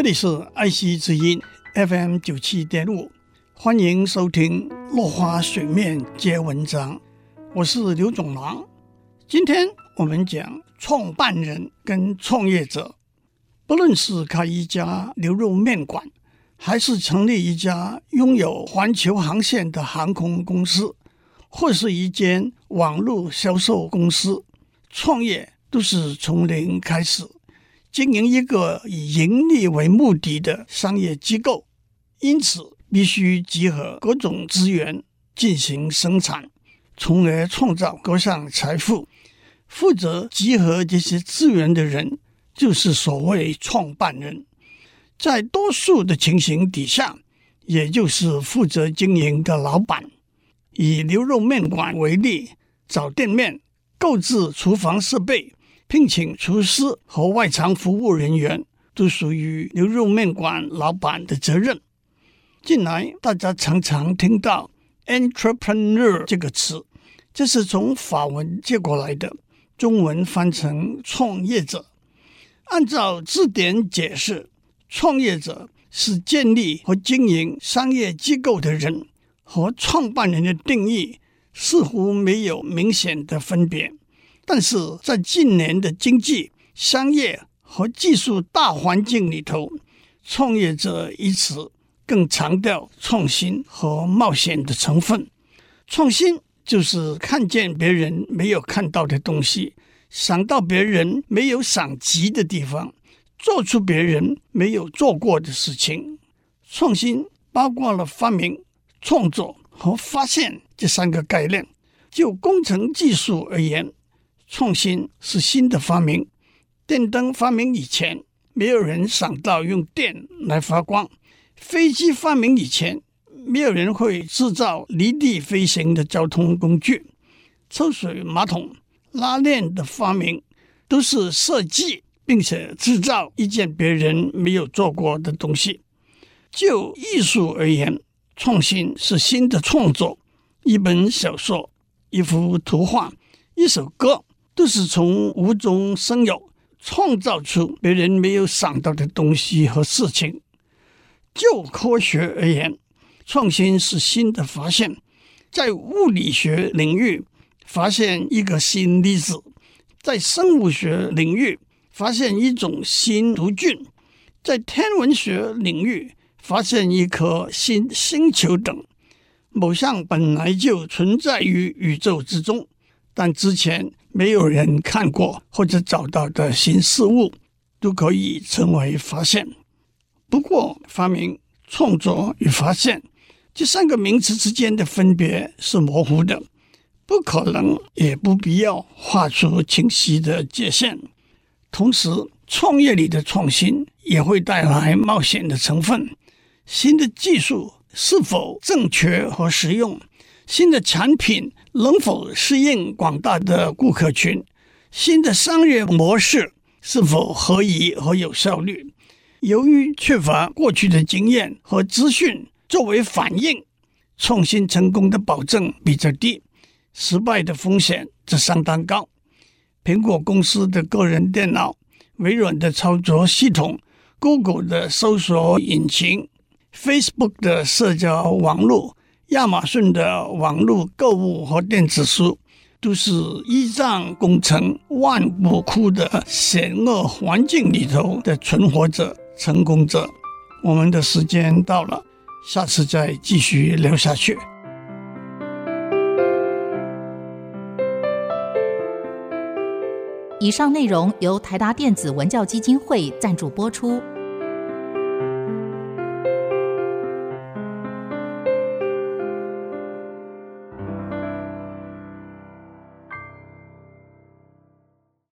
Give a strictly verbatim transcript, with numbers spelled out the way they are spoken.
这里是爱惜之音 F M 九十七点五，欢迎收听落花水面皆文章，我是刘总郎。今天我们讲创办人跟创业者，不论是开一家牛肉面馆，还是成立一家拥有环球航线的航空公司，或是一间网络销售公司，创业都是从零开始，经营一个以盈利为目的的商业机构，因此必须集合各种资源进行生产，从而创造各项财富。负责集合这些资源的人就是所谓创办人，在多数的情形底下，也就是负责经营的老板。以牛肉面馆为例，找店面、购置厨房设备、聘请厨师和外场服务人员，都属于牛肉面馆老板的责任。近来大家常常听到 entrepreneur 这个词，这是从法文借过来的，中文翻成创业者。按照字典解释，创业者是建立和经营商业机构的人，和创办人的定义似乎没有明显的分别。但是在近年的经济、商业和技术大环境里头，创业者一词更强调创新和冒险的成分。创新就是看见别人没有看到的东西，想到别人没有想及的地方，做出别人没有做过的事情。创新包括了发明、创作和发现这三个概念。就工程技术而言，创新是新的发明。电灯发明以前，没有人想到用电来发光；飞机发明以前，没有人会制造离地飞行的交通工具。抽水马桶、拉链的发明都是设计并且制造一件别人没有做过的东西。就艺术而言，创新是新的创作。一本小说、一幅图画、一首歌，都是从无中生有，创造出别人没有想到的东西和事情。就科学而言，创新是新的发现。在物理学领域发现一个新粒子，在生物学领域发现一种新毒菌，在天文学领域发现一颗新星球等。某项本来就存在于宇宙之中，但之前没有人看过或者找到的新事物，都可以成为发现。不过，发明、创作与发现这三个名词之间的分别是模糊的，不可能也不必要画出清晰的界限。同时，创业里的创新也会带来冒险的成分。新的技术是否正确和实用？新的产品能否适应广大的顾客群？新的商业模式是否合宜和有效率？由于缺乏过去的经验和资讯作为反应，创新成功的保证比较低，失败的风险则相当高。苹果公司的个人电脑、微软的操作系统、Google 的搜索引擎、Facebook 的社交网络、亚马逊的网络购物和电子书，都是依仗工程万骨枯的险恶环境里头的存活者、成功者。我们的时间到了，下次再继续聊下去。 以上内容由台达电子文教基金会赞助播出。